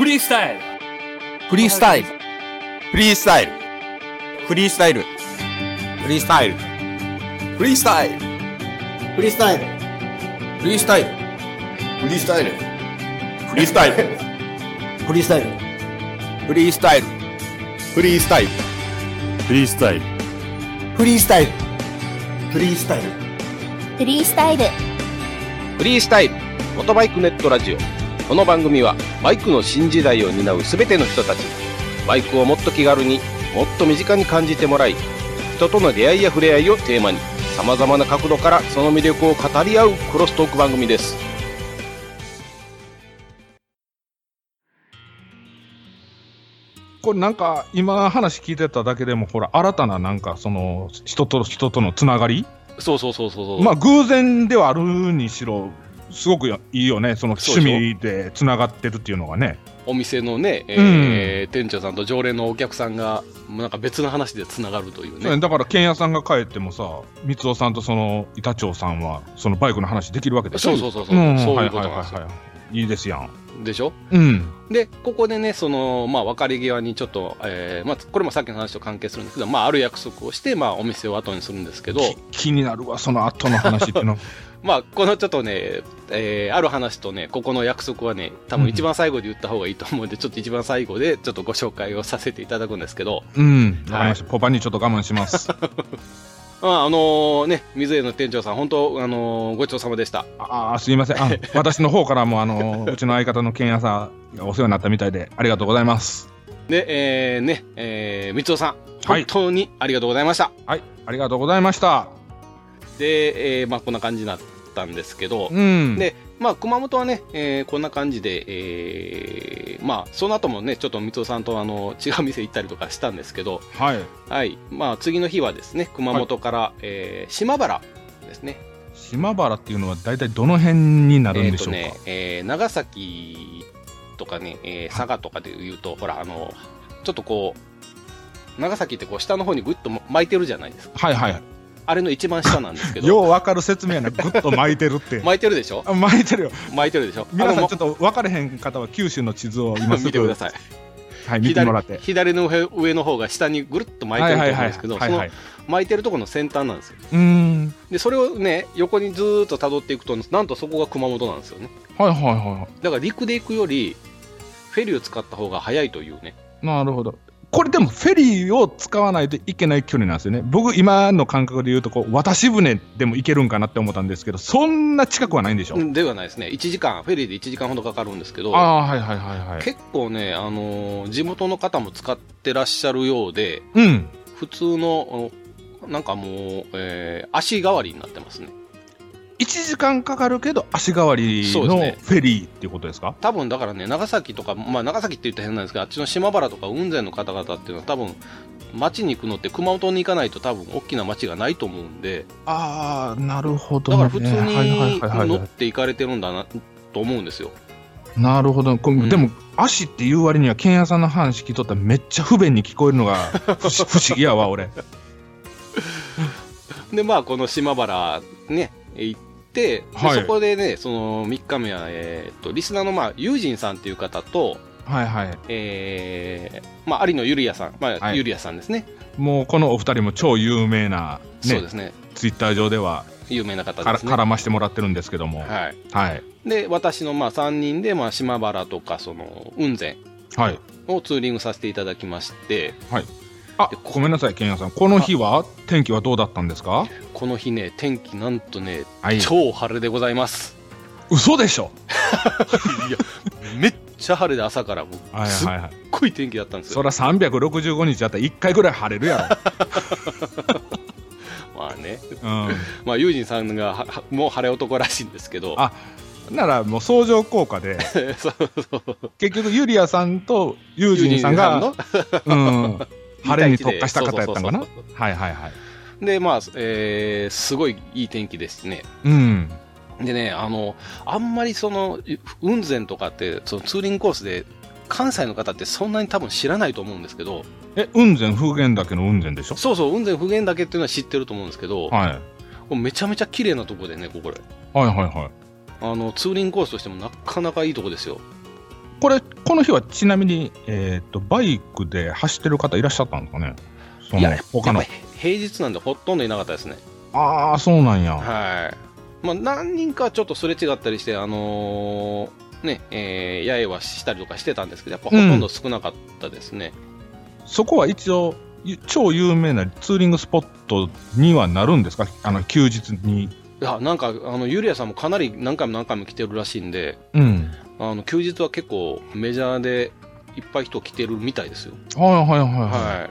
フリースタイルフリースタイルフリースタイルフリースタイルフリースタイルフリースタイルフリースタイルフリースタイルフリースタイルフリースタイルフリースタイルフリースタイルフリースタイルフリースタイルフリースタイルフリースタイルフリースタイルフリースタイルモトバイクネットラジオ。この番組はバイクの新時代を担うすべての人たち、バイクをもっと気軽にもっと身近に感じてもらい、人との出会いや触れ合いをテーマにさまざまな角度からその魅力を語り合うクロストーク番組です。 これなんか今話聞いてただけでもほら新たななんかその人と人とのつながり、 そうまあ偶然ではあるにしろすごくいいよね。その趣味でつながってるっていうのがね。 お店のね、店長さんと常連のお客さんがなんか別の話でつながるというね。 だから剣屋さんが帰ってもさ、三尾さんとその板長さんはそのバイクの話できるわけでしょ。 そういうことなんですよ。 いいですやん。 でしょ、でここでね、その別れ際にちょっと、これもさっきの話と関係するんですけど、ある約束をして、お店を後にするんですけど、 気になるわその後の話っていうのこのちょっとね、ある話とね、ここの約束はね、多分一番最後で言った方がいいと思うんで、ちょっと一番最後でちょっとご紹介をさせていただくんですけど、 ポパにちょっと我慢します水江の店長さん、本当、ごちそうさまでした。 すいません。私の方からも、うちの相方の剣屋さんがお世話になったみたいで、ありがとうございます。 で、三尾さん、本当にありがとうございました。 はい、ありがとうございました。 で、こんな感じになったんですけど、で、熊本はね、こんな感じで、その後もね、ちょっと三尾さんと違う店行ったりとかしたんですけど、次の日はですね、熊本から、島原ですね。 島原っていうのは大体どの辺になるんでしょうか。 長崎とかね、佐賀とかでいうと、ほら、ちょっとこう、長崎ってこう下の方にぐっと巻いてるじゃないですか。あれの一番下なんですけど。 よう分かる説明やな、ぐっと巻いてるって。 巻いてるでしょ。 巻いてるよ。 巻いてるでしょ。 皆さんちょっと分かれへん方は九州の地図を今すぐ見てください。 はい、見てもらって。 左の上の方が下にぐるっと巻いてると思うんですけど、その巻いてるところの先端なんですよ。で、それをね、横にずーっと辿っていくと、なんとそこが熊本なんですよね。だから陸で行くより、フェリーを使った方が早いというね。 なるほど。これでもフェリーを使わないといけない距離なんですよね。僕今の感覚で言うと渡し船でも行けるんかなって思ったんですけど、そんな近くはないんでしょ。 ではないですね。1時間フェリーで1時間ほどかかるんですけど、結構ね、地元の方も使ってらっしゃるようで、普通のなんかもう、足代わりになってますね。 1時間かかるけど足代わりのフェリーっていうことですか。 多分だからね、長崎とか、長崎って言ったら変なんですけど、あっちの島原とか雲仙の方々っていうのは多分町に行くのって熊本に行かないと多分大きな町がないと思うんで。 なるほど、 だから普通に乗って行かれてるんだなと思うんですよ。 なるほど。でも足っていう割には剣屋さんの話聞きとったらめっちゃ不便に聞こえるのが不思議やわ俺でこの島原ね行って、そこでね、その3日目は、リスナーのユージンさんっていう方と、有野ゆりやさん、ゆりやさんですね。 もうこのお二人も超有名な、 そうですね、 ツイッター上では有名な方ですね。 絡ましてもらってるんですけども、 で私の3人で島原とかその雲仙をツーリングさせていただきまして、 ごめんなさい剣屋さん、この日は天気はどうだったんですか。 この日ね、天気なんとね、超晴れでございます。 嘘でしょいや、めっちゃ晴れで朝からもうすっごい天気だったんですよ。 そりゃ365日あったら1回ぐらい晴れるやろね、ユージンさんがもう晴れ男らしいんですけど、 ならもう相乗効果で結局ユリアさんとユージンさんが晴れに特化した方やったんかな。 ですごいいい天気ですね。でね、あんまりその雲仙とかってそのツーリングコースで関西の方ってそんなに多分知らないと思うんですけど。 雲仙普賢岳の雲仙でしょ。 そうそう、雲仙普賢岳っていうのは知ってると思うんですけど、めちゃめちゃ綺麗なとこでね、これツーリングコースとしてもなかなかいいとこですよ。 この日はちなみに、バイクで走ってる方いらっしゃったんですかね。 いや、 他のやっぱ平日なんでほとんどいなかったですね。 ああ、そうなんや。 はい。まあ、何人かちょっとすれ違ったりして、ね、八重はしたりとかしてたんですけど、やっぱほとんど少なかったですね。 そこは一応、超有名なツーリングスポットにはなるんですか、休日に。 いや、なんか、ゆりやさんもかなり何回も来てるらしいんで、休日は結構メジャーでいっぱい人来てるみたいですよ。はい。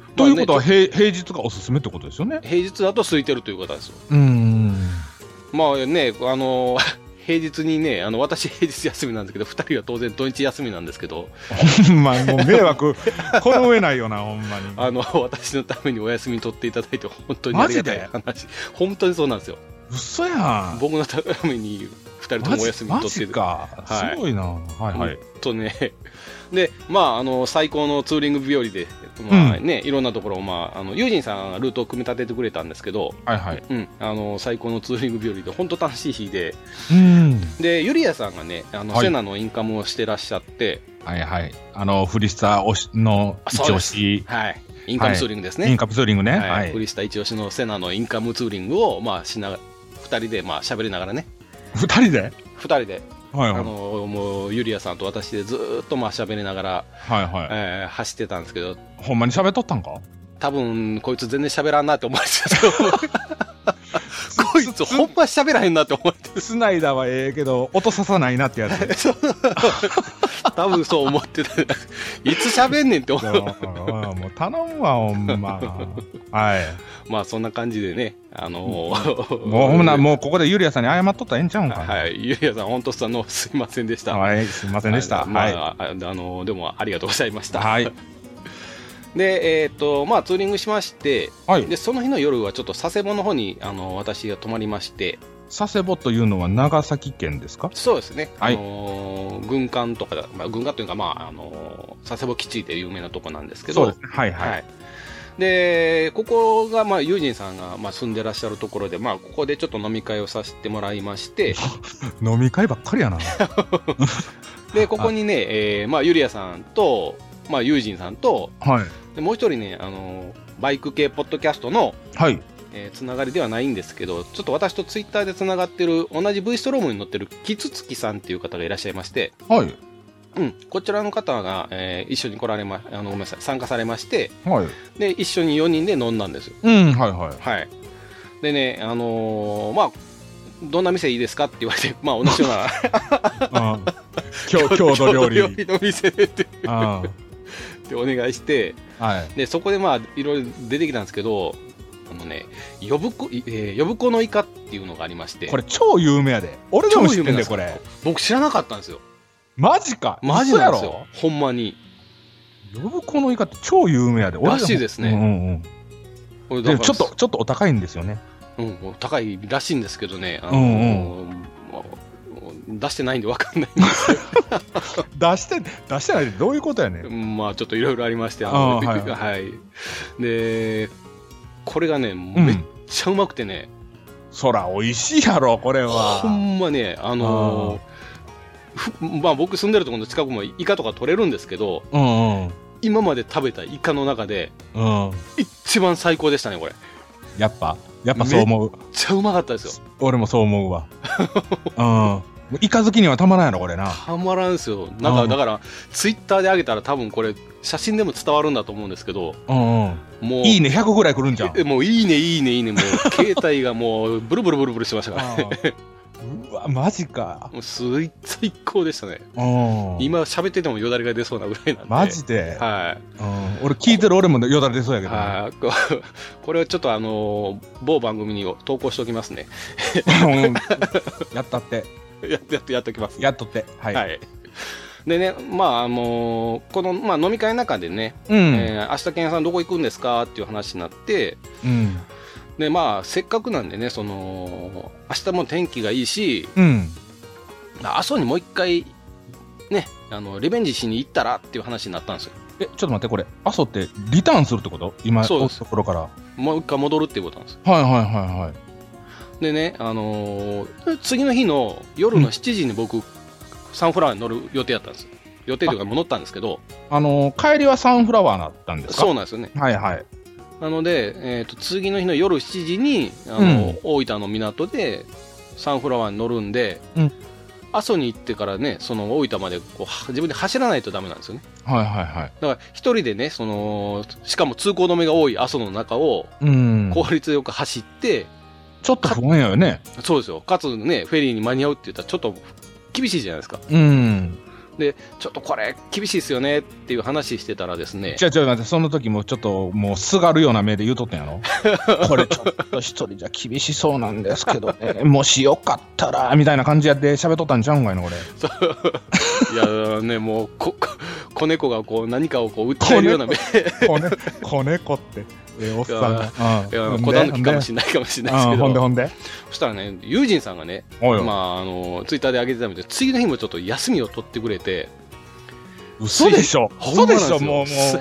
ということは、平日がおすすめってことですよね。 平日だと空いてるということですよ。まあね、平日にね、私平日休みなんですけど、2人は当然土日休みなんですけど、 ほんまもう迷惑この上ないよな、ほんまに。 私のためにお休み取っていただいて本当にありがたい話。本当にそうなんですよ。 嘘やん。 僕のために2人ともお休み取ってマジか、すごいな。はいはい。 とね。で、まあ、最高のツーリング日和で、まあね、いろんなところを、まあ、ユージンさんがルートを組み立ててくれたんですけど、 はいはい。 最高のツーリング日和で、本当楽しい日で、で、ゆりやさんがね、セナのインカムをしてらっしゃって、 はいはい。フリスタの一押し。 はい。インカムツーリングですね。 インカムツーリングね。 はい。フリスタ一押しのセナのインカムツーリングを、まあ、2人で、まあ、喋りながらね。 2人で ?2 人で。 はいはい、 もうゆりやさんと私でずーっとまあ喋りながら、 はいはい走ってたんですけど、 ほんまに喋っとったんか。 多分こいつ全然喋らんなって思われてたけどこいつほんま喋らへんなって思われてる。 スナイダーはええけど音ささないなってやつ多分そう思ってた。いつ喋んねんって思う。 もう頼むわほんまはい。 まあそんな感じでね、 もうここでゆりやさんに謝っとったらええんちゃうんか。 はい、ゆりやさん本当すいませんでした。 はい、すいませんでした。 はい、でもありがとうございました。 はい。 で、まあツーリングしまして、 はい、 でその日の夜はちょっと佐世保の方に私が泊まりまして。 佐世保というのは長崎県ですか。 そうですね。 はい、 軍艦とか、まあ、軍艦というか、まあ佐世保基地で有名なとこなんですけど。 そうですね。はいはい。 でここが、まあ、ユージンさんが、まあ、住んでらっしゃるところで、まあ、ここでちょっと飲み会をさせてもらいまして飲み会ばっかりやなでここにね、まあ、ユリアさんと、まあ、ユージンさんと、 はい、 でもう一人ね、バイク系ポッドキャストの、 はい、 つながりではないんですけど、ちょっと私とツイッターでつながってる同じ V ストロームに乗ってるキツツキさんっていう方がいらっしゃいまして、 はい、 こちらの方が、一緒に来られごめんなさい、参加されまして、 はい、 で一緒に4人で飲んだんですよ。 はいはい。 はい。でね、まあどんな店いいですかって言われて、まあ同じような郷土料理の店でってお願いして、 はい、 でそこでまあいろいろ出てきたんですけど、呼子のイカっていうのがありまして、 これ超有名やで。俺でも知ってんでこれ。 僕知らなかったんですよ。 マジか。 マジなんですよ。ほんまに。 呼子のイカって超有名やで。 らしいですね。 でちょっとお高いんですよね。 高いらしいんですけどね。出してないんで分かんないんですよ。 出してないでどういうことやねん。 まあちょっといろいろありまして、はい。でこれがねめっちゃうまくてね。 そら美味しいやろこれは。 ほんまねまあ僕住んでるところの近くもイカとか取れるんですけど、今まで食べたイカの中で一番最高でしたねこれ。 やっぱそう思う。 めっちゃうまかったですよ。 俺もそう思うわ。イカ好きにはたまらんやろこれな。 たまらんですよ。なんかだからツイッターで上げたら多分これ写真でも伝わるんだと思うんですけど、もういいね100ぐらい来るんじゃん。 もういいねもう携帯がもうブルブルしてましたからね。 うわマジか。 もう最高でしたね。今喋っててもよだれが出そうなぐらいなんで。 マジで。 はい。 俺聞いてる俺もよだれ出そうやけど。 これをちょっと某番組に投稿しておきますね。 やったって。 やっときます。 やっとって。はい。 でね、まあこの、まあ、飲み会の中でね、明日健さんどこ行くんですかっていう話になって、でまあせっかくなんでね、明日も天気がいいし、阿蘇にもう一回ねリベンジしに行ったらっていう話になったんですよ。 ちょっと待って、これ阿蘇ってリターンするってこと？今そうです。 ところからもう一回戻るっていうことなんです。 はい。 でね次の日の夜の7時に僕、 サンフラワーに乗る予定だったんですよ。予定というかもう乗ったんですけど、 帰りはサンフラワーだったんですか？ そうなんですよね。 はいはい。 なので、次の日の夜7時に大分の港でサンフラワーに乗るんで、阿蘇に行ってからね、その大分までこう自分で走らないとダメなんですよね。 はいはいはい。 だから一人でね、しかも通行止めが多い阿蘇の中を効率よく走って、 ちょっと不安やよね。 そうですよ。かつね、フェリーに間に合うって言ったらちょっと厳しいじゃないですか。で、ちょっとこれ厳しいですよねっていう話してたらですね。 待って、その時もちょっともうすがるような目で言うとったんやろこれちょっと一人じゃ厳しそうなんですけどね、もしよかったらみたいな感じやって喋っとったんちゃうんかいな、これ。 いやね、もう子猫がこう何かをこう訴えるような目。 子猫って。おっさんが。 子だぬきかもしれないですけど。 ほんで。 そしたらね、ユージンさんがね、ツイッターで上げてたみたいで、次の日もちょっと休みを取ってくれて。 嘘でしょもう。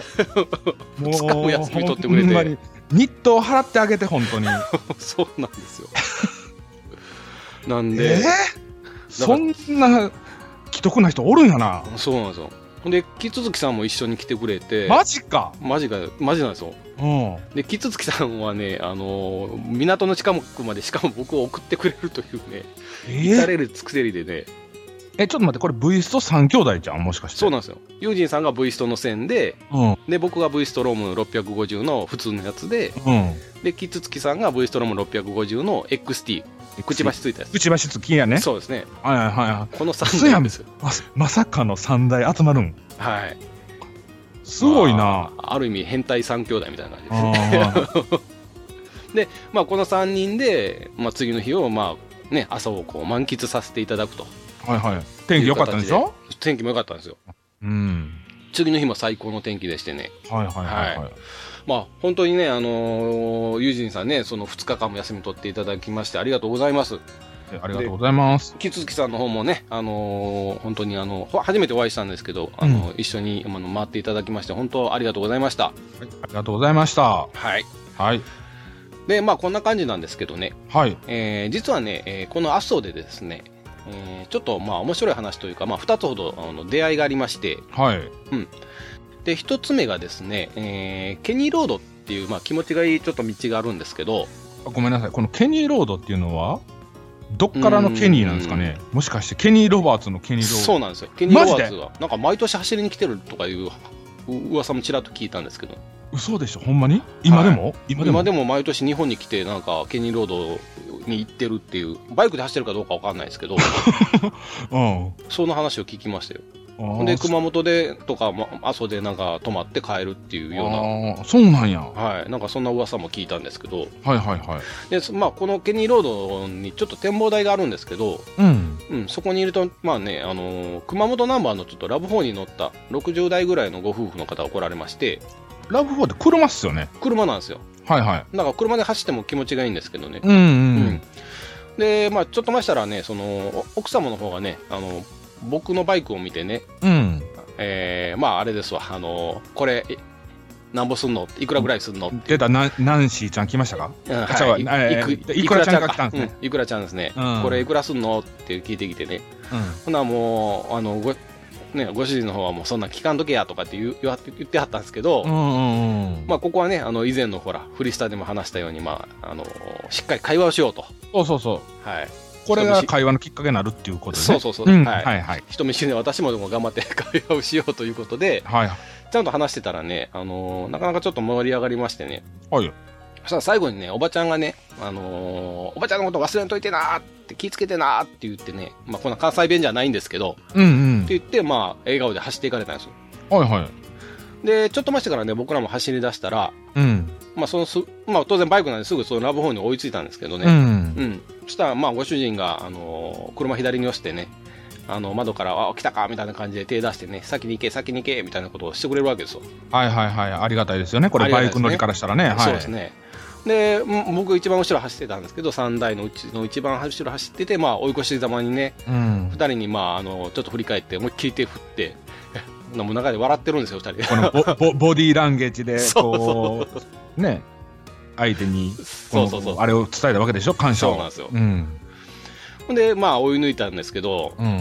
2日も休み取ってくれて。 日当払ってあげて、本当に。 そうなんですよ。なんで。 そんな既得な人おるんやな。 そうなんですよ。で、木続さんも一緒に来てくれて。 マジなんですよ。で、木続さんはね、港の近くまでしかも僕を送ってくれるというね、至れる尽くせりでね。 ちょっと待って、これ V スト3兄弟じゃん、もしかして。 そうなんですよ。ユージンさんが V ストの線で、で、僕が V ストローム650の普通のやつで、で、木続さんが V ストローム650の XT。くちばしついたやつ。 くちばしつきやね。 そうですね。 はいこの3台ですよ。 まさかの3台集まるん。 はい。 すごいな。 ある意味変態3兄弟みたいな感じですね。で、この3人で、次の日を朝をこう満喫させていただくと。 天気良かったんでしょ？ 天気も良かったんですよ。次の日も最高の天気でしてね。本当にね、ユージンさんね、その2日間も休み取っていただきましてありがとうございます。 ありがとうございます。 木月さんの方もね、本当に初めてお会いしたんですけど、一緒に回っていただきまして本当ありがとうございました。 ありがとうございました。 で、こんな感じなんですけどね。実はね、この阿蘇でですね、ちょっと面白い話というか、2つほど出会いがありまして、で1つ目がですね、ケニーロードっていう、気持ちがいいちょっと道があるんですけど。 ごめんなさい、このケニーロードっていうのはどっからのケニーなんですかね。もしかしてケニー・ロバーツのケニーロード。 そうなんですよ。ケニー・ロバーツがなんか毎年走りに来てるとかいう噂もちらっと聞いたんですけど。 嘘でしょ、ほんまに？今でも？ 今でも毎年日本に来てなんかケニーロードに行ってるっていう、バイクで走ってるかどうかわかんないですけど、その話を聞きましたよ。で熊本でとか阿蘇でなんか泊まって帰るっていうような。 そうなんや。 なんかそんな噂も聞いたんですけど。でこのケニーロードにちょっと展望台があるんですけど、そこにいると熊本ナンバーのちょっとラブ4に乗った60代ぐらいのご夫婦の方が来られまして。 ラブ4って車っすよね。 車なんですよ。だから車で走っても気持ちがいいんですけどね。でちょっと前したらね、その奥様の方がね、僕のバイクを見てね、あれですわ、これなんぼすんの、いくらぐらいすんのって出た。ナンシーちゃん来ましたか？ いくらちゃんが来たんですね。いくらちゃんですね。これいくらすんのって聞いてきてね。ほなもうご主人の方はもうそんな聞かんとけやとかって言ってはったんですけど、ここはね、以前のほらフリースタでも話したようにしっかり会話をしようと。これが会話のきっかけになるっていうことですね。人見知りで私も頑張って会話をしようということで、ちゃんと話してたらね、なかなかちょっと盛り上がりましてね。そしたら最後にね、おばちゃんがね、おばちゃんのこと忘れんといてなーって気ぃつけてなーって言ってね、こんな関西弁じゃないんですけど、って言って笑顔で走っていかれたんですよ。でちょっと前してからね、僕らも走り出したら、当然バイクなんですぐそのラブ4に追いついたんですけどね。そしたらご主人が車左に押してね、窓から来たかみたいな感じで手出してね、先に行けみたいなことをしてくれるわけですよ。 ありがたいですよね、これバイク乗りからしたらね。 そうですね。で僕一番後ろ走ってたんですけど、3台のうちの一番後ろ走ってて、追い越しざまにね、2人にちょっと振り返って思いっきり手振って、もう中で笑ってるんですよ、2人で。 このボディーランゲージでこうね、相手にあれを伝えたわけでしょ、感謝を。 そうなんですよ。で追い抜いたんですけど、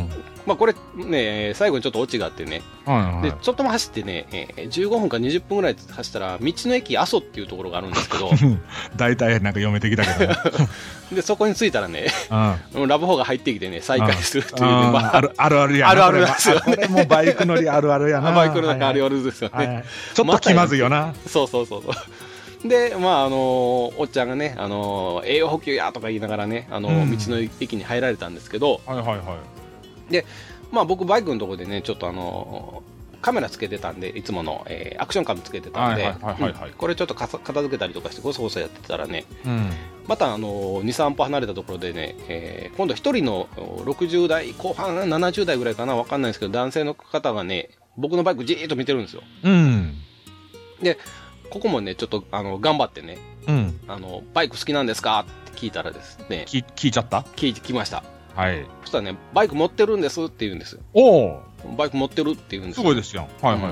まあこれね、最後にちょっとオチがあってね、 はいはい。 で、ちょっとも走ってね、15分か20分ぐらい走ったら、道の駅阿蘇っていうところがあるんですけど、 大体なんか読めてきたけどね。 で、そこに着いたらね、 うん。 ラブホが入ってきてね、再開するっていうね、 あまあ、 あるあるやな。 あるあるですよねこれもバイク乗りあるあるやな。 バイクの中あるあるですよね。 はいはいちょっと気まずいよな。 そうそうそうそう。で、まあ、おっちゃんがね、栄養補給やとか言いながらね、道の駅に入られたんですけど、 はいはいはい。 まあ、僕、バイクのところでね、ちょっとカメラつけてたんで、いつもの、アクションカムつけてたんで、これちょっと片付けたりとかして、ごそごそやってたらね、また、2、3歩離れたところでね、今度一人の60代後半、70代ぐらいかな、わかんないですけど、男性の方がね、僕のバイクじーっと見てるんですよ。で、ここもね、ちょっと、頑張ってね、バイク好きなんですかって聞いたらですね、 聞いちゃった？ 聞いてきました。 はい。 そしたらね、バイク持ってるんですって言うんですよ。バイク持ってるって言うんですよ。 すごいですよ。はいはいはい。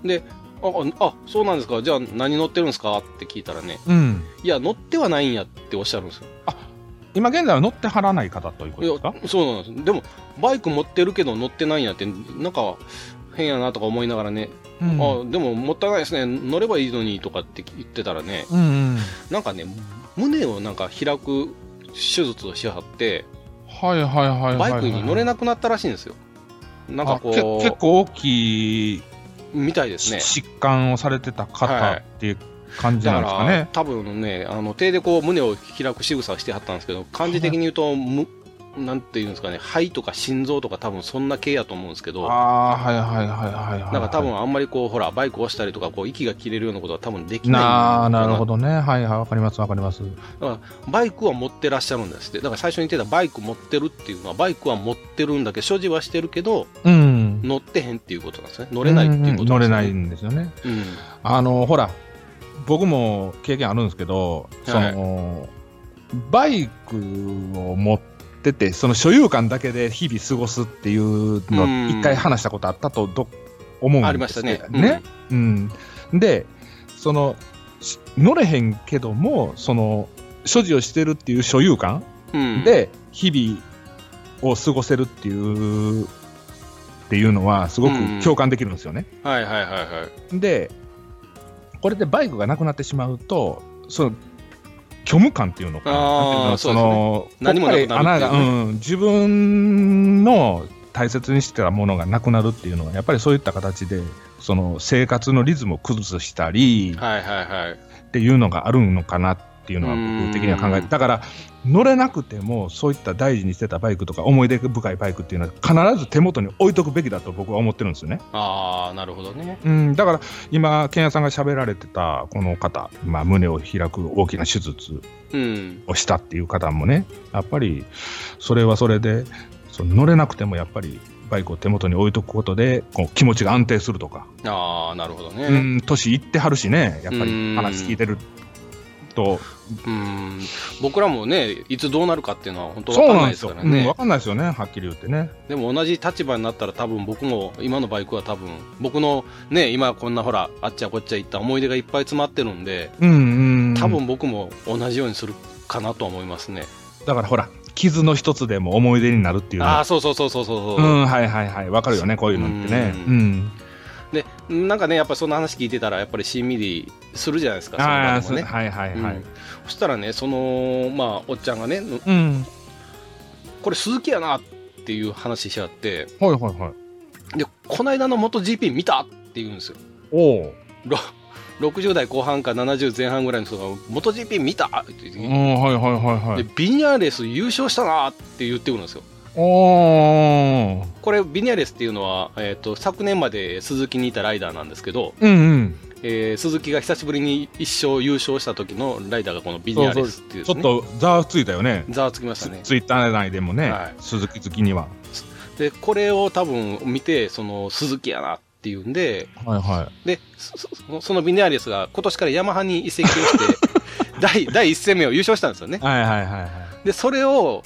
で、そうなんですか。じゃあ何乗ってるんですかって聞いたらね、いや、乗ってはないんやっておっしゃるんですよ。 今現在は乗ってはらない方ということですか？ そうなんです。でも、バイク持ってるけど乗ってないんやって、なんか変やなとか思いながらね、でももったいないですね。乗ればいいのにとかって言ってたらね、なんかね、胸をなんか開く手術をしはって、バイクに乗れなくなったらしいんですよ。なんかこう結構大きいみたいですね。 疾患をされてた方っていう感じなんですかね。 だから多分ね、手でこう胸を開く仕草をしてはったんですけど、漢字的に言うと、なんていうんですかね、肺とか心臓とか多分そんな系やと思うんですけど、なんか多分あんまりこう、ほら、バイクを押したりとか、こう、息が切れるようなことは多分できない。 なるほどね。はいはい、わかりますわかります。 だから、バイクは持ってらっしゃるんですって。だから最初に言ってたバイク持ってるっていうのは、バイクは持ってるんだけど、所持はしてるけど、乗ってへんっていうことなんですね。乗れないっていうことなんですね。 乗れないんですよね。ほら、僕も経験あるんですけど、バイクを持ってて、その所有感だけで日々過ごすっていうのを一回話したことあったと思うんですけどね。で、乗れへんけども、所持をしてるっていう所有感で日々を過ごせるっていうのはすごく共感できるんですよね。で、これでバイクがなくなってしまうと、虚無感っていうのかな、何もなくなるっていうね、自分の大切にしてたものがなくなるっていうのは、やっぱりそういった形で生活のリズムを崩したりっていうのがあるのかなっていうのは僕的には考えて、だから乗れなくてもそういった大事にしてたバイクとか思い出深いバイクっていうのは必ず手元に置いとくべきだと僕は思ってるんですよね。 なるほどね。 だから今ケンヤさんが喋られてたこの方、胸を開く大きな手術をしたっていう方もね、やっぱりそれはそれで乗れなくてもやっぱりバイクを手元に置いとくことでこう気持ちが安定するとか。 なるほどね。 年いってはるしね、やっぱり話聞いてると。 僕らもね、いつどうなるかっていうのは本当分かんないですからね。 分かんないですよね、はっきり言ってね。 でも同じ立場になったら多分僕も今のバイクは多分僕のね、今こんなほらあっちゃこっちゃ行った思い出がいっぱい詰まってるんで、多分僕も同じようにするかなとは思いますね。 だからほら、傷の一つでも思い出になるっていうの。 そうそうはいはいはい、分かるよね、こういうのってね。 で、なんかね、やっぱりその話聞いてたらやっぱりしんみりするじゃないですか。そしたらね、おっちゃんがね、これ鈴木やなっていう話しちゃって、で、この間の元 GP 見たって言うんですよ。60代後半か70前半ぐらいの人が元 GP 見たって言って、でビニャーレス優勝したなって言ってくるんですよ。これビニャレスっていうのは、昨年まで鈴木にいたライダーなんですけど、鈴木が久しぶりに一勝優勝した時のライダーがこのビニャレスっていう、 ちょっとざわついたよね。 ざわつきましたね。 ツイッター内でもね、鈴木好きには。 でこれを多分見て鈴木やなっていうんで、でそのビニャレスが今年からヤマハに移籍をして第1戦目を優勝したんですよね。でそれを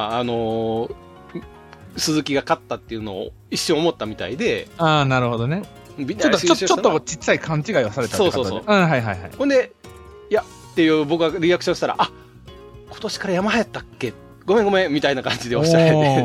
鈴木が勝ったっていうのを一瞬思ったみたいで。 なるほどね。ちょっとちっちゃい勘違いをされたってことで。 ほんで、いやっていう僕がリアクションしたら、今年からヤマハやったっけ、ごめんみたいな感じでおっしゃられて。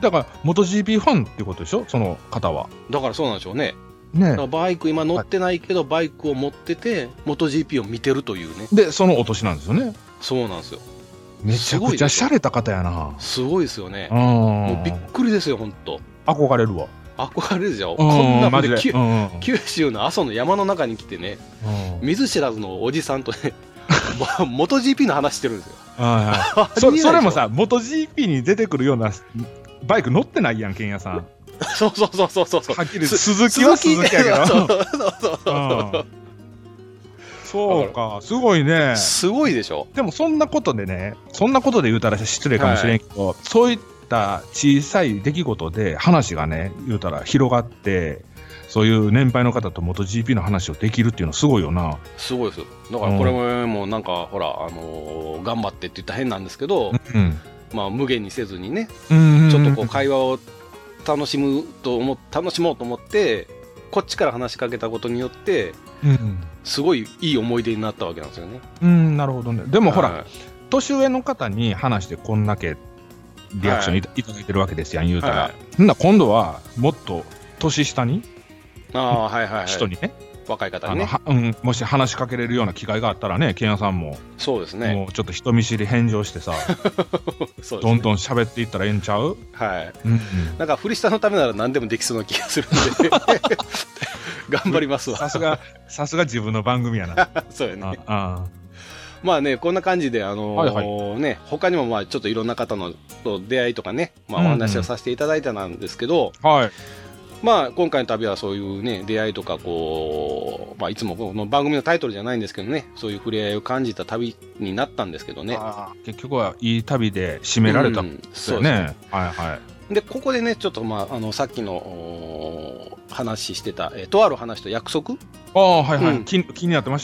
だから、MotoGP ファンっていうことでしょ、その方は。 だからそうなんでしょうね。 ねだからバイク今乗ってないけど、バイクを持ってて、MotoGP を見てるというね。 で、そのお年なんですよね。 そうなんですよ。 めちゃくちゃ洒落た方やな。 すごいですよね。 うん。 もうびっくりですよ、ほんと。 憧れるわ。 憧れるじゃん。 うんこんなマジで。 九州の阿蘇の山の中に来てね、見ず知らずのおじさんとね、MotoGP の話してるんですよ。 はいはい。それもさ、MotoGP に出てくるようなバイク乗ってないやん、ケンヤさん。 そうそうそうそうそう。 はっきり鈴木は鈴木やけど。 そうそうそうか、すごいね。 すごいでしょ。 でもそんなことで言うたら失礼かもしれんけど、そういった小さい出来事で話がね、言うたら広がって、そういう年配の方と MotoGP の話をできるっていうのはすごいよな。 すごいですよ。だからこれもなんか、ほら、頑張ってって言ったら変なんですけど、まあ無限にせずにね、ちょっとこう会話を楽しもうと思って、こっちから話しかけたことによって、すごいいい思い出になったわけなんですよね。 なるほどね。でもほら、年上の方に話してこんだけリアクションいただいてるわけですやん、言うたら。今度はもっと年下に、人にね、 若い方にね、 もし話しかけれるような機会があったらね、ケンヤさんも、 そうですね、 もうちょっと人見知り返上してさ、どんどん喋っていったらええんちゃう？ はい。なんか、振り下のためなら何でもできそうな気がするんで、頑張りますわ。 さすが自分の番組やな。 そうやね。まあね、こんな感じで、ね、他にもまあちょっといろんな方のと出会いとかね、まあお話をさせていただいたなんですけど、まあ今回の旅はそういうね、出会いとかこう、まあいつもこの番組のタイトルじゃないんですけどね、そういう触れ合いを感じた旅になったんですけどね。 結局はいい旅で締められたんですよね。 で、ここでね、ちょっとまあ、さっきの話してた、とある話と約束、気になってました。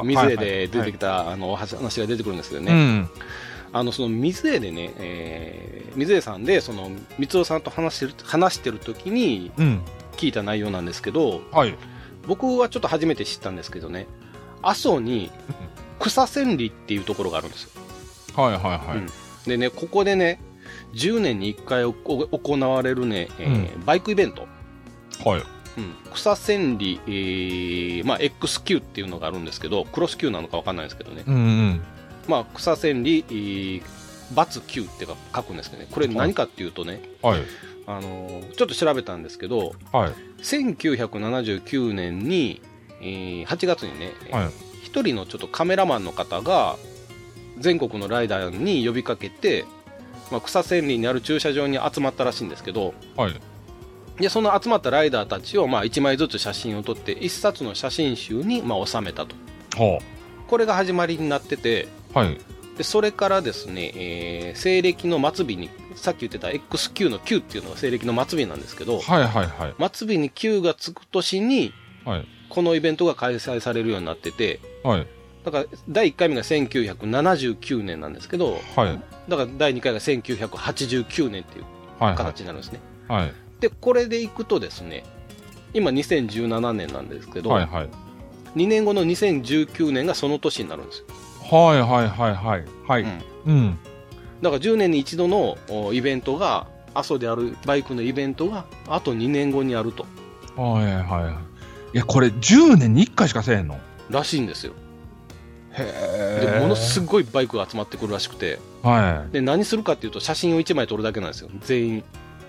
水江で出てきた、お話が出てくるんですけどね。その水江でね、水江さんで、その、三尾さんと話してる時に、聞いた内容なんですけど、僕はちょっと初めて知ったんですけどね、阿蘇に、草千里っていうところがあるんですよ。でね、ここでね、10年に1回行われるね、バイクイベント。草千里、まあ、XQ っていうのがあるんですけど、クロス Q なのか分かんないですけどね。まあ、草千里、バツ Q って書くんですけどね、これ何かっていうとね、ちょっと調べたんですけど、1979年に、8月にね、一人のちょっとカメラマンの方が、全国のライダーに呼びかけて、まあ、草千里にある駐車場に集まったらしいんですけど、でその集まったライダーたちをまあ1枚ずつ写真を撮って1冊の写真集にまあ収めたと、これが始まりになってて、でそれからですね、西暦の末尾にさっき言ってた XQ の Q っていうのが西暦の末尾なんですけど、末尾に Q がつく年にこのイベントが開催されるようになってて、だから第1回目が1979年なんですけど、だから第2回が1989年っていう形になるんですね。でこれでいくとですね、今2017年なんですけど、2年後の2019年がその年になるんですよ。だから10年に一度のイベントが、阿蘇であるバイクのイベントがあと2年後にあると。 いや、これ10年に1回しかせえんのらしいんですよ。でものすごいバイクが集まってくるらしくて、で何するかっていうと写真を1枚撮るだけなんですよ、全員。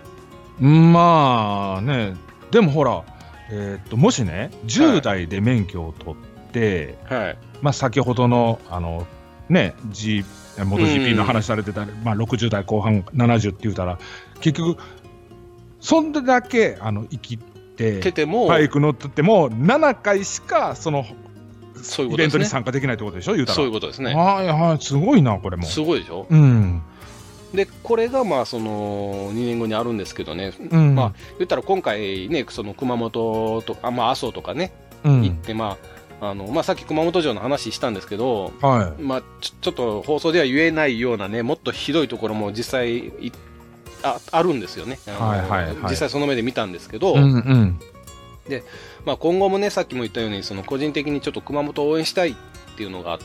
まあね、でもほら、もしね10代で免許を取って、まあ先ほどのねMotoGP の話されてた、まあ、60代後半70って言うたら、結局そんだけ生きてバイク乗ってても7回しかそのイベントに参加できないってことでしょ、言うたら。 そういうことですね。 すごいな、これも。 すごいでしょ。でこれがまあその2年後にあるんですけどね、まあ言ったら今回ね、その熊本とまあ阿蘇とかね、行って、まあさっき熊本城の話したんですけど、まあちょっと放送では言えないようなね、もっとひどいところも実際あるんですよね。実際その目で見たんですけど、で、まあ、今後もね、さっきも言ったように、その個人的にちょっと熊本を応援したいっていうのがあって、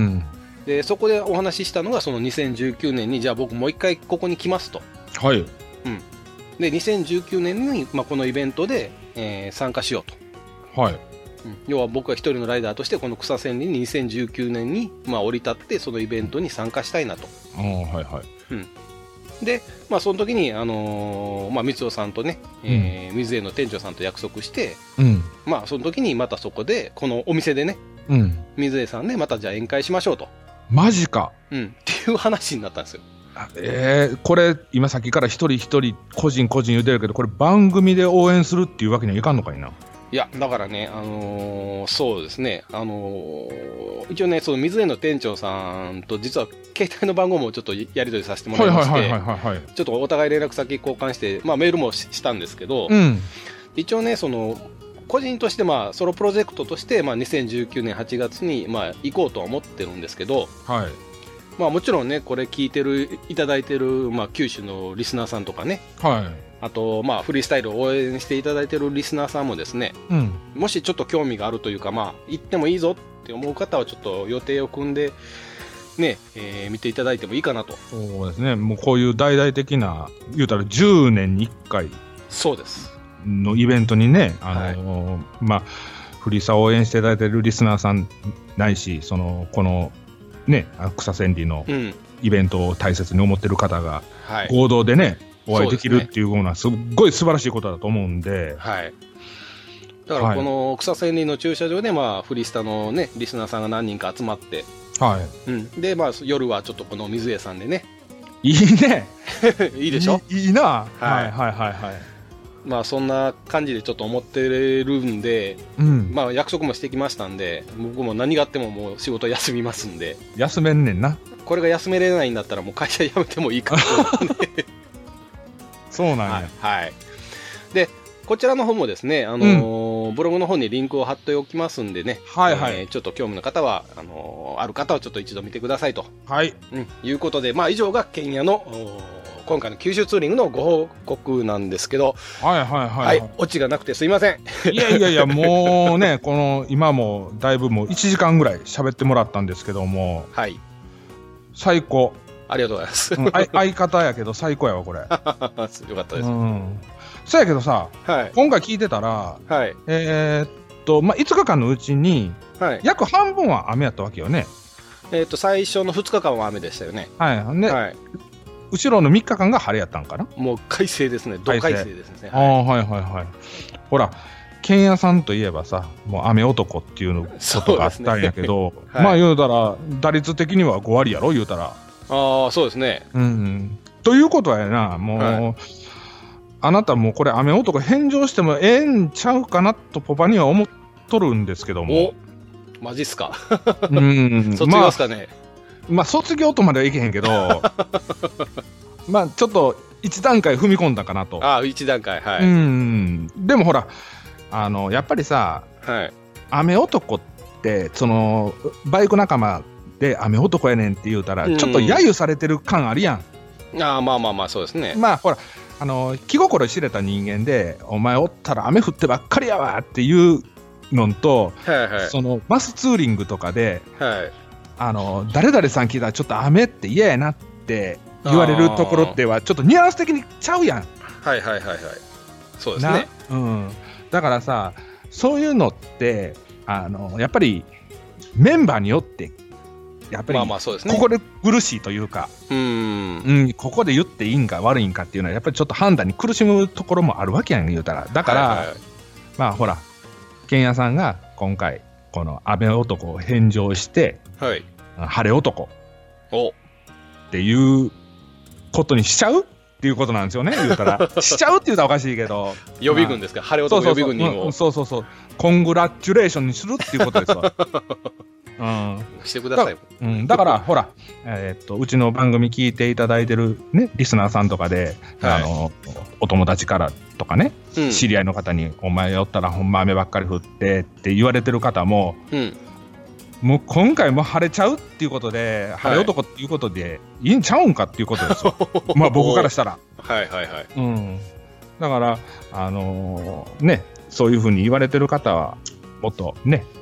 でそこでお話ししたのがその2019年に、じゃあ僕もう一回ここに来ますと、 で2019年に、まあ、このイベントで、参加しようと。 はい。 要は僕が一人のライダーとしてこの草千里に2019年に、まあ、降り立ってそのイベントに参加したいなと。 はいはい。 で、まあ、その時に、まあ、光代さんとね、水江の店長さんと約束して、まあ、その時にまたそこでこのお店でね、水江さんでまたじゃあ宴会しましょうと。 マジか。 っていう話になったんですよ。 これ今さっきから一人一人個人言うてるけど、これ番組で応援するっていうわけにはいかんのかいな。 いやだからね、そうですね、一応ね、その水江の店長さんと実は携帯の番号もちょっとやり取りさせてもらいまして、ちょっとお互い連絡先交換して、まあ、メールもしたんですけど、一応ね、その個人として、まあ、ソロプロジェクトとして、まあ、2019年8月に、まあ、行こうとは思ってるんですけど、まあ、もちろんね、これ聞いていただいてる、まあ、九州のリスナーさんとかね、あと、まあ、フリースタイルを応援していただいてるリスナーさんもですね、もしちょっと興味があるというか、まあ、行ってもいいぞって思う方はちょっと予定を組んで、ね、見ていただいてもいいかなと。 そうですね、もうこういう大々的な、言うたら10年に1回そうですのイベントにね、まあ、フリースタを応援していただいてるリスナーさんないし、このね、草千里のイベントを大切に思ってる方が合同でね、お会いできるっていうのはすっごい素晴らしいことだと思うんで、 だからこの草千里の駐車場で、まあ、フリースタのねリスナーさんが何人か集まって、で、まあ、夜はちょっとこの水江さんでね、 いいねいいでしょ、 いいな、 まあそんな感じでちょっと思ってるんで、まあ約束もしてきましたんで、僕も何があってももう仕事休みますんで。 休めんねんな。 これが休めれないんだったらもう会社辞めてもいいかなと思ってそうなんや。 でこちらの方もですね、ブログの方にリンクを貼っておきますんでね、ちょっと興味の方はある方はちょっと一度見てくださいと、いうことで、まあ以上がケンヤの今回の九州ツーリングのご報告なんですけど、オチがなくてすいません。 いやもうね、この今もだいぶもう1時間ぐらい喋ってもらったんですけども、最高。 ありがとうございます。 相方やけど最高やわこれ。よかったです。 そうやけどさ、今回聞いてたら、まあ5日間のうちに約半分は雨やったわけよね。 最初の2日間は雨でしたよね。 後ろの3日間が晴れやったんかな。 もう快晴ですね。快晴ですね。 ほら、ケンヤさんといえばさ、もう雨男っていうのことがあったんやけど、まあ言うたら打率的には5割やろ言うたら。 そうですね。 ということはやな、もう、あなたもうこれ雨男返上してもええんちゃうかなとポパには思っとるんですけども。 マジっすか。卒業っすかね。 まあ卒業とまではいけへんけどまあちょっと一段階踏み込んだかなと。 一段階。 でもほらやっぱりさ、雨男ってそのバイク仲間で雨男やねんって言うたら、ちょっと揶揄されてる感あるやん。 まあそうですね。 まあほら気心知れた人間でお前おったら雨降ってばっかりやわっていうのと、そのマスツーリングとかで、誰々さん聞いたらちょっと雨って嫌やなって言われるところではちょっとニュアンス的にちゃうやん。 そうですね。 だからさ、そういうのってやっぱりメンバーによってやっぱり心苦しいというか、ここで言っていいんか悪いんかっていうのはやっぱりちょっと判断に苦しむところもあるわけやん言うたら。だから、まあほらケンヤさんが今回この雨男を返上して、晴れ男っていうことにしちゃうっていうことなんですよね言うたら。しちゃうって言うたらおかしいけど、 予備軍ですか、晴れ男予備軍にも。 コングラチュレーションにするっていうことですわ。 してください。 だからほら、うちの番組聞いていただいてるねリスナーさんとかで、お友達からとかね、知り合いの方にお前おったらほんま雨ばっかり降ってって言われてる方も、もう今回も晴れちゃうっていうことで、晴れ男っていうことでいいんちゃうんかっていうことですよ。まあ僕からしたら。だからね、そういうふうに言われてる方はもっとね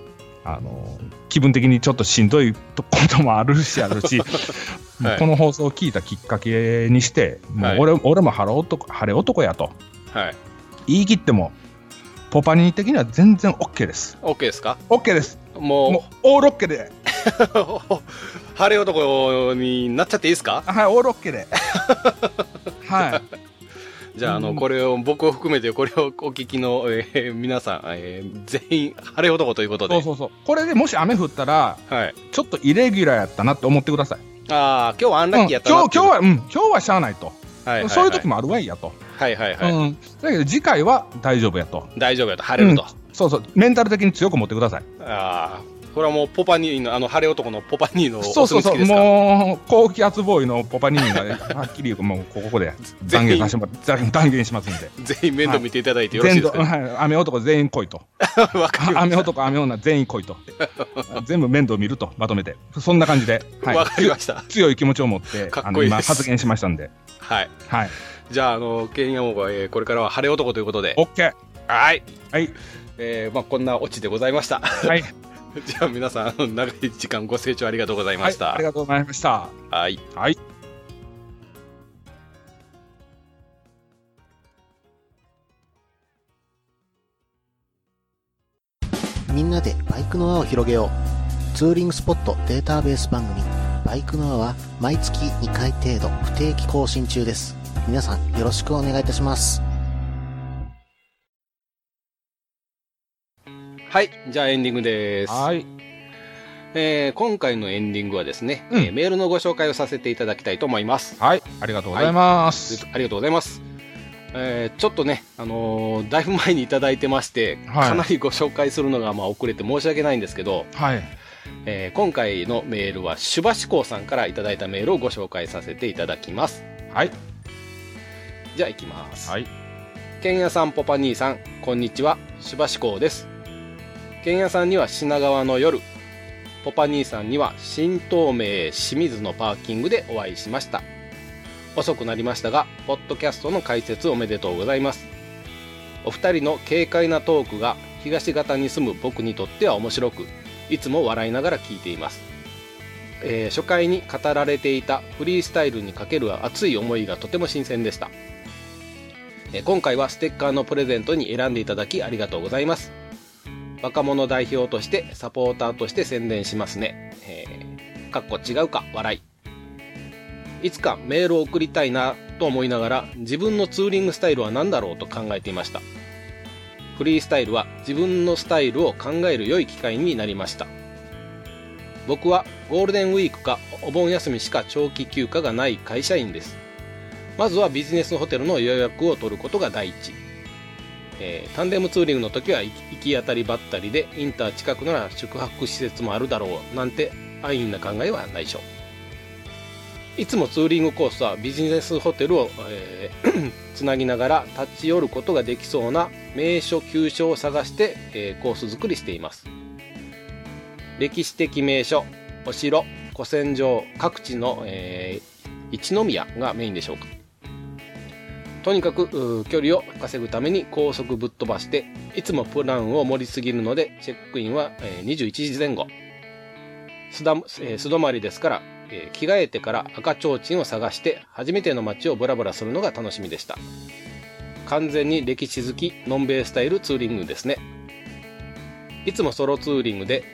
気分的にちょっとしんどいこともあるし、はい、この放送を聞いたきっかけにして、もう俺も晴れ男やと、はい、言い切ってもポパニー的には全然 OK です。 OK ですか？ OK です。もうオール OK で晴れ男になっちゃっていいですか？ はい、オール OK ではいじゃあ、これを僕を含めてこれをお聞きの、皆さん、全員晴れ男ということで。 そうこれでもし雨降ったら、はい、ちょっとイレギュラーやったなって思ってください。 ああ、今日はアンラッキーやったなって、 今日はしゃあないと、そういう時もあるわいやと。はいはいはい、だけど次回は大丈夫やと晴れると、 そうメンタル的に強く持ってください。 ああ、これはもうポパニーの晴れ男のポパニーのお墨付きですか？ もう高気圧ボーイのポパニーがはっきりもうここで断言しますんで全員面倒見ていただいてよろしいですか？ はい、雨男全員来いと雨男雨女全員来いと全部面倒見るとまとめて、そんな感じで、 わかりました。 強い気持ちを持ってかっこいいです。 今発言しましたんで、 はいはい。じゃあケンヤモがこれからは晴れ男ということで OK。 はいはい、 こんなオチでございました。はいじゃあ皆さん長い時間ご清聴ありがとうございました。 はい、ありがとうございました。 はいはい。 みんなでバイクの輪を広げよう。ツーリングスポットデータベース番組バイクの輪は毎月2回程度不定期更新中です。皆さんよろしくお願いいたします。 はい、じゃあエンディングです。 はい。 今回のエンディングはですね、メールのご紹介をさせていただきたいと思います。 はい、ありがとうございます。 はい、ありがとうございます。ちょっとね、だいぶ前にいただいてまして、かなりご紹介するのが遅れて申し訳ないんですけど、はい、今回のメールはシュバシコーさんからいただいたメールをご紹介させていただきます。はい。じゃあ行きます。はい。ケンヤさん、ポパ兄さん、こんにちは。シュバシコーです。ケンヤさんには品川の夜、ポパ兄さんには新東名清水のパーキングでお会いしました。遅くなりましたが、ポッドキャストの解説おめでとうございます。お二人の軽快なトークが東方に住む僕にとっては面白く、いつも笑いながら聞いています。初回に語られていたフリースタイルにかける熱い思いがとても新鮮でした。今回はステッカーのプレゼントに選んでいただきありがとうございます。若者代表としてサポーターとして宣伝しますね。かっこ違うか笑い。いつかメールを送りたいなと思いながら自分のツーリングスタイルは何だろうと考えていました。フリースタイルは自分のスタイルを考える良い機会になりました。僕はゴールデンウィークかお盆休みしか長期休暇がない会社員です。まずはビジネスホテルの予約を取ることが第一。タンデムツーリングの時は行き当たりばったりでインター近くなら宿泊施設もあるだろうなんて安易な考えはないでしょう。いつもツーリングコースはビジネスホテルを、つなぎながら立ち寄ることができそうな名所急所を探して、コース作りしています。歴史的名所、お城、古戦場、各地の、一宮がメインでしょうか。とにかく距離を稼ぐために高速ぶっ飛ばしていつもプランを盛りすぎるのでチェックインは21時前後。素泊まりですから着替えてから赤ちょうちんを探して初めての街をブラブラするのが楽しみでした。完全に歴史好きのんべいスタイルツーリングですね。いつもソロツーリングで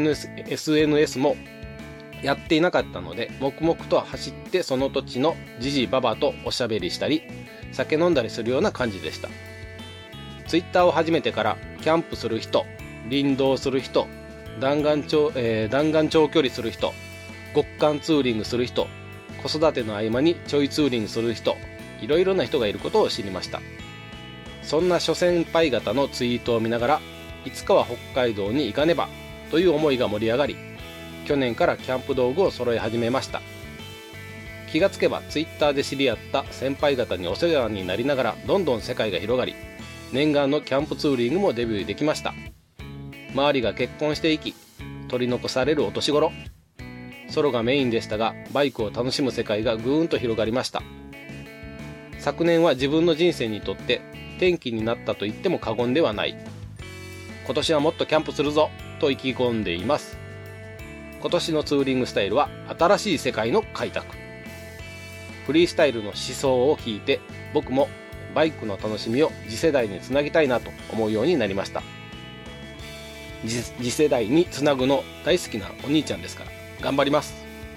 SNS もやっていなかったので黙々と走ってその土地のジジババとおしゃべりしたり酒飲んだりするような感じでした。ツイッターを始めてからキャンプする人、林道する人、弾丸長距離する人、極寒ツーリングする人、子育ての合間にちょいツーリングする人、いろいろな人がいることを知りました。そんな諸先輩方のツイートを見ながらいつかは北海道に行かねばという思いが盛り上がり、去年からキャンプ道具を揃え始めました。気がつけばツイッターで知り合った先輩方にお世話になりながらどんどん世界が広がり、念願のキャンプツーリングもデビューできました。周りが結婚していき取り残されるお年頃、ソロがメインでしたがバイクを楽しむ世界がぐーんと広がりました。昨年は自分の人生にとって転機になったと言っても過言ではない。今年はもっとキャンプするぞと意気込んでいます。今年のツーリングスタイルは新しい世界の開拓。フリースタイルの思想を聞いて、僕もバイクの楽しみを次世代につなぎたいなと思うようになりました。次世代につなぐの大好きなお兄ちゃんですから頑張ります。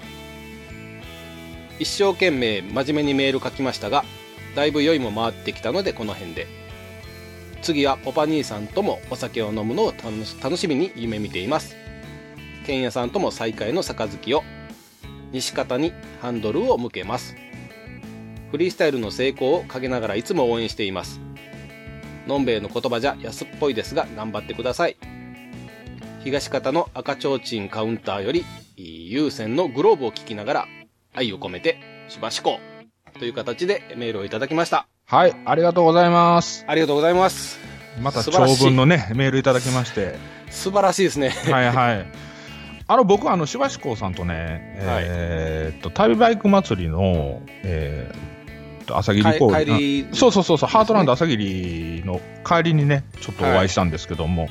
一生懸命真面目にメール書きましたが、だいぶ酔いも回ってきたのでこの辺で。次はポパ兄さんともお酒を飲むのを楽しみに夢見ています。ケンヤさんとも再会の杯を、西方にハンドルを向けます。フリースタイルの成功を陰ながらいつも応援しています。のんべえの言葉じゃ安っぽいですが頑張ってください。東方の赤ちょうちんカウンターより有線のグローブを聞きながら愛を込めてしばしこうという形でメールをいただきました。 はい、ありがとうございます。 ありがとうございます。 また長文のねメールいただきまして素晴らしいですね。 はいはい。僕しばしこうさんとね、旅バイク祭りの朝霧公園、 帰り、 そう、ハートランド朝霧の帰りにねちょっとお会いしたんですけども、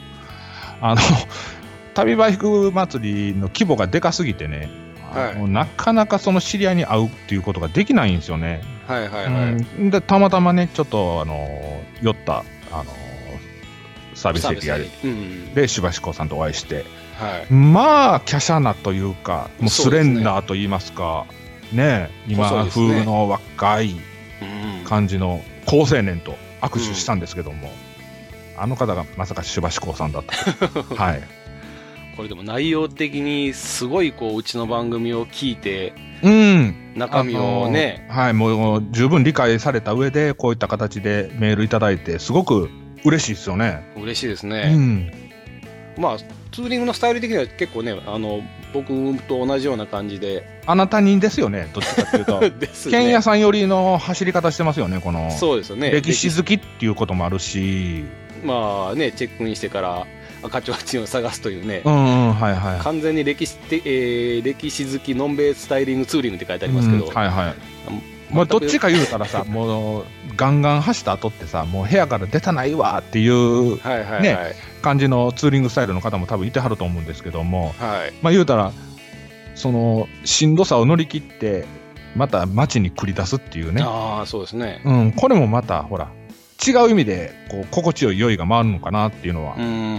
旅バイク祭りの規模がでかすぎてね、なかなかその知り合いに会うっていうことができないんですよね。でたまたまねちょっと酔ったサービスエリアでしばしこさんとお会いして、まあ華奢なというかもうスレンダーと言いますかね、今風の若い感じの好青年と握手したんですけども、あの方がまさかしばしこさんだったはい。 これでも内容的にすごいこううちの番組を聞いて、中身をね、 もう十分理解された上でこういった形でメールいただいてすごく嬉しいですよね。 嬉しいですね。まあツーリングのスタイル的には結構ね、僕と同じような感じで、 あなたにですよね、どっちかっていうとケンヤさん寄りの走り方してますよね。このそうですよね、 歴史好きっていうこともあるし、 まあねチェックインしてから赤ちょうちんを探すというね、完全に歴史好きのんべえスタイリングツーリングって書いてありますけど、まあどっちか言うたらさもうガンガン走った後ってさもう部屋から出たないわっていうね感じのツーリングスタイルの方も多分いてはると思うんですけども、まあ言うたらそのしんどさを乗り切ってまた街に繰り出すっていうね、 そうですね、 これもまたほら違う意味でこう心地よい酔いが回るのかなっていうのは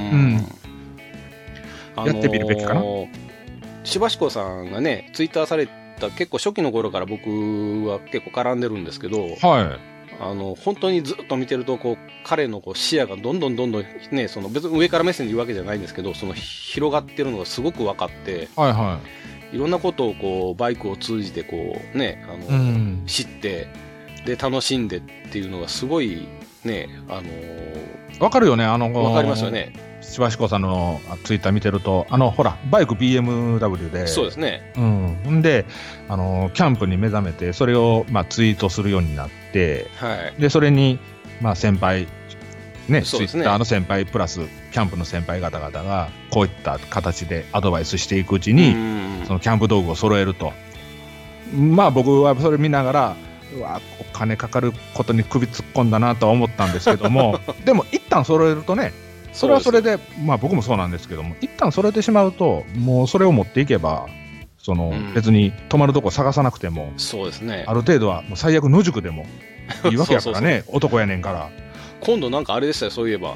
やってみるべきかな。 しばしこさんがねツイッターされた結構初期の頃から僕は結構絡んでるんですけど、本当にずっと見てるとこう彼のこう視野がどんどんね、その別に上から目線で言うわけじゃないんですけど、その広がってるのがすごく分かって、いろんなことをこうバイクを通じてこうね知ってで楽しんでっていうのがすごいね分かるよね。 分かりますよね。 しばしこさんのツイッター見てるとほらバイク BMW でそうですね、 でキャンプに目覚めてそれをまあツイートするようになって、でそれにまあ先輩ねツイッターの先輩プラスキャンプの先輩方々がこういった形でアドバイスしていくうちにそのキャンプ道具を揃えると、まあ僕はそれ見ながらうわお金かかることに首突っ込んだなとは思ったんですけどもでも一旦揃えるとねそれはそれでまあ僕もそうなんですけども一旦揃えてしまうともうそれを持っていけばその、別に泊まるとこ探さなくてもそうですね、 ある程度はもう最悪野宿でもいいわけやからね男やねんから。 今度なんかあれでしたよ、そういえば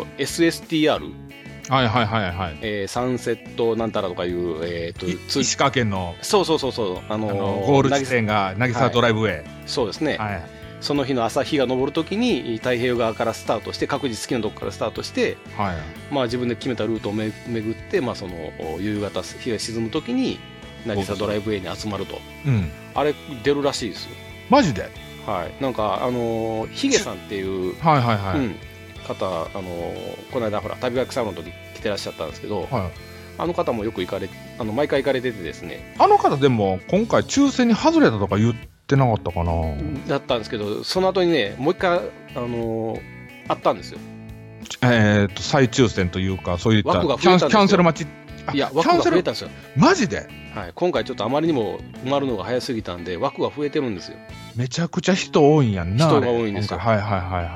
SSTR サンセットなんたらとかいう石川県のそうゴール地点が渚ドライブウェイ、 そうですね、その日の朝日が昇るときに太平洋側からスタートして各自好きなとこからスタートして、まあ自分で決めたルートを巡って、まあその夕方日が沈むときに渚ドライブウェイに集まると、あれ出るらしいですよ。 マジで？ なんかヒゲさんっていう方この間ほら旅バイクサウナの時来てらっしゃったんですけど、あの方もよく毎回行かれててですね。 あの方でも今回抽選に外れたとか言ってなかったかな。 だったんですけどその後にねもう一回あったんですよ。 再抽選というかそういった枠が増えたんですよ。 キャンセル待ち。 いや枠が増えたんですよ。 マジで？ 今回ちょっとあまりにも埋まるのが早すぎたんで枠が増えてるんですよ。 めちゃくちゃ人多いんやんな。 人が多いんですよ。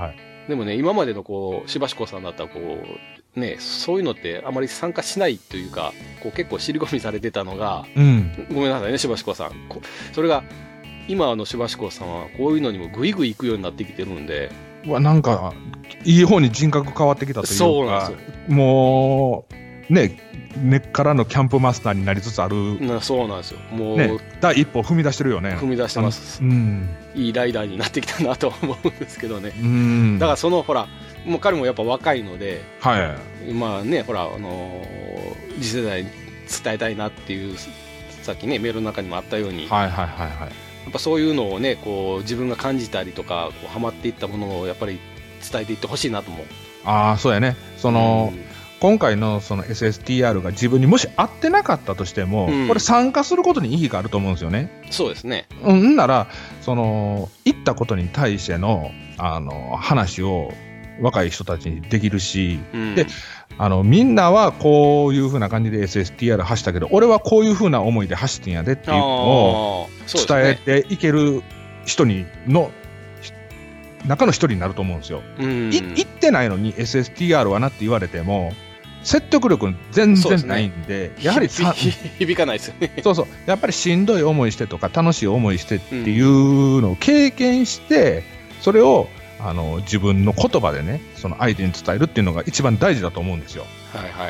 でもね、今までのこう、しばしこさんだったらこう、ね、そういうのってあまり参加しないというか、こう結構尻込みされてたのが、ごめんなさいね、しばしこさん。それが、今のしばしこさんはこういうのにもグイグイ行くようになってきてるんで。 なんか、いい方に人格変わってきたというか、 そうなんですよ。 もう、ね、根っからのキャンプマスターになりつつある。 そうなんですよ。もう、 ね、第一歩踏み出してるよね。 踏み出してます。いいライダーになってきたなと思うんですけどね。だからほら、もう彼もやっぱ若いので、 はい。 まあね、ほら、次世代に伝えたいなっていう、さっきね、メールの中にもあったように、 はいはいはいはい。 やっぱそういうのをね、こう、自分が感じたりとか、こうハマっていったものをやっぱり伝えていってほしいなと思う。 ああ、そうやね。今回のその SSTR が自分にもし合ってなかったとしても、これ参加することに意義があると思うんですよね。 そうですね。 なら、行ったことに対しての、話を若い人たちにできるし、で、みんなはこういう風な感じで SSTR 走ったけど、俺はこういう風な思いで走ってんやでっていうのを伝えていける人の中の一人になると思うんですよ。行ってないのに SSTR はなって言われても説得力全然ないんで、やはり響かないですよね。 そうそう、やっぱりしんどい思いしてとか楽しい思いしてっていうのを経験して、それを自分の言葉でね、その相手に伝えるっていうのが一番大事だと思うんですよ。 はいはい。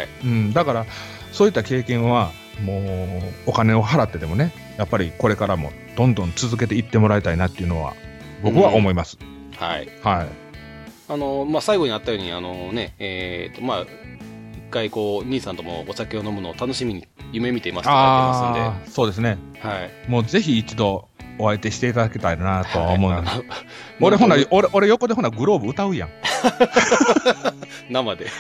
だからそういった経験はもうお金を払ってでもね、やっぱりこれからもどんどん続けていってもらいたいなっていうのは僕は思います。 はいはい。 まあ、最後にあったようにまあ一回こう兄さんともお酒を飲むのを楽しみに夢見ていますと書いてますんで。 そうですね。 はい。 もうぜひ一度お相手していただきたいなとは思うので、俺横でグローブ歌うやん。 生で。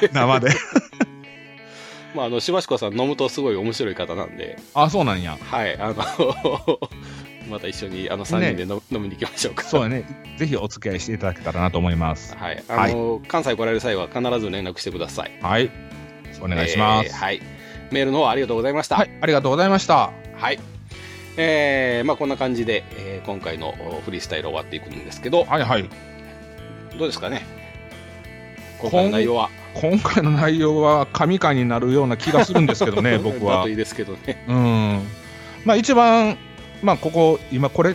まあしばしこさん飲むとすごい面白い方なんで。 そうなんや。 はい。また一緒に3人で飲みに行きましょうか。 そうやね。ぜひお付き合いしていただけたらなと思います。 はい。関西来られる際は必ず連絡してください。 はい。お願いします。 はい。メールの方ありがとうございました。 はい。ありがとうございました。 はい。まあこんな感じで、今回のフリースタイル終わっていくんですけど。 はいはい。 どうですかね。今回の内容は。 今回の内容は神回になるような気がするんですけどね、僕は。 だといいですけどね。 まあ一番、まあここ、今これ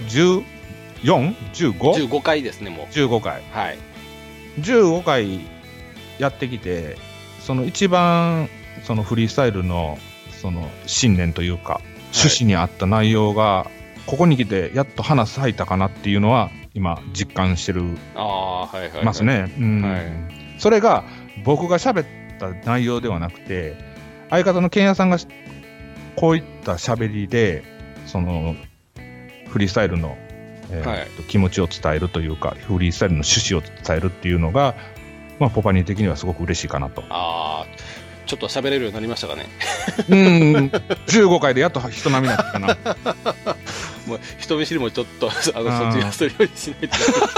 14、15 回ですね、もう。 15回。 はい。 15回やってきて、その一番、そのフリースタイルの、その信念というか、趣旨に合った内容が、ここに来てやっと花咲いたかなっていうのは、今実感してるますね。それが僕が喋った内容ではなくて、相方のケンヤさんがこういった喋りでそのフリースタイルの、気持ちを伝えるというか、フリースタイルの趣旨を伝えるっていうのが、まあ、ポパニー的にはすごく嬉しいかなと。 ちょっと喋れるようになりましたかね。 15回でやっと人並みになったかな。 もう人見知りもちょっと卒業するようにしない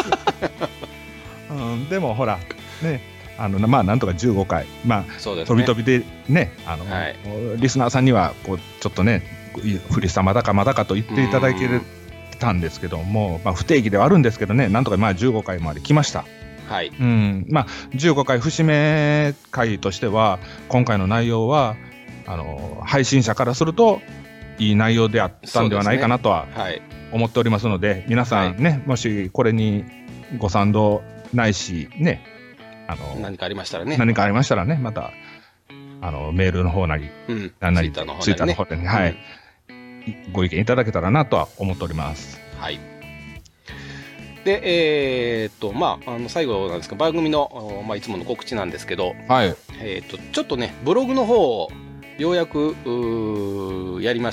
と。 でもほらね、まあなんとか15回、まあ飛び飛びでね、リスナーさんにはこうちょっとね、フリースタまだかまだかと言っていただけたんですけども、まあ不定期ではあるんですけどね、なんとかまあ15回まで来ました。 はい。 まあ15回節目回としては、今回の内容は配信者からするといい内容であったんではないかなとは思っておりますので、皆さんね、もしこれにご賛同ないしね、 何かありましたらね、 またメールの方なり、何なりツイッターの方でね、はい、ご意見いただけたらなとは思っております。 はい。で、まあ最後なんですが、番組のまあいつもの告知なんですけど、 はい。 ちょっとねブログの方をようやく見た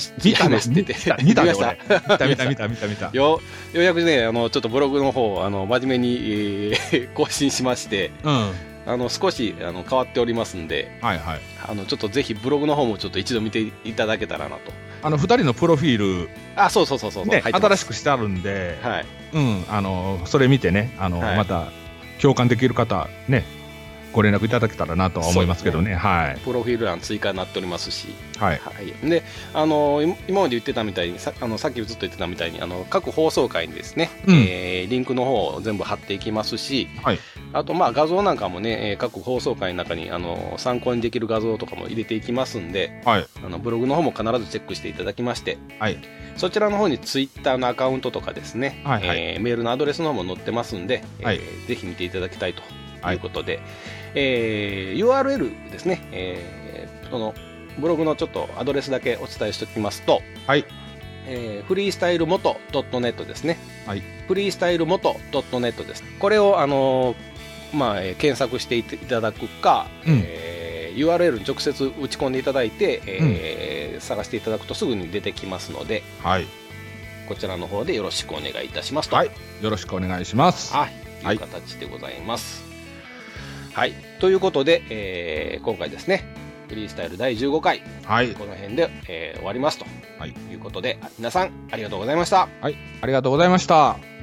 ようやくね、ちょっとブログの方真面目に、更新しまして、少し変わっておりますんで、ちょっとぜひブログの方もちょっと一度見ていただけたらなと。 2人のプロフィール、 そう、 ね、新しくしてあるんで、それ見てね、また共感できる方ね、ご連絡いただけたらなとは思いますけどね。 プロフィール欄追加になっておりますし、 で今まで言ってたみたいにさっきずっと言ってたみたいに各放送回にですね、リンクの方を全部貼っていきますし、 あと画像なんかもね、各放送回の中に参考にできる画像とかも入れていきますんで、 はい、 ブログの方も必ずチェックしていただきまして、 はい、 そちらの方にツイッターのアカウントとかですね、 はいはい、 メールのアドレスの方も載ってますんで、 はい、 ぜひ見ていただきたいということで、URL ですね、そのブログのちょっとアドレスだけお伝えしておきますと、 はい、 フリースタイル元 .net ですね、 はい、 フリースタイル元 .net です。これを検索していただくか、URL に直接打ち込んでいただいて、探していただくとすぐに出てきますので、 はい、 こちらの方でよろしくお願いいたしますと、 はい、よろしくお願いします。 はい、いう形でございます。はい、ということで、今回ですね、フリースタイル第15回、 はい、 この辺で、終わりますと、 はい、 いうことで、皆さんありがとうございました。 はい、ありがとうございました。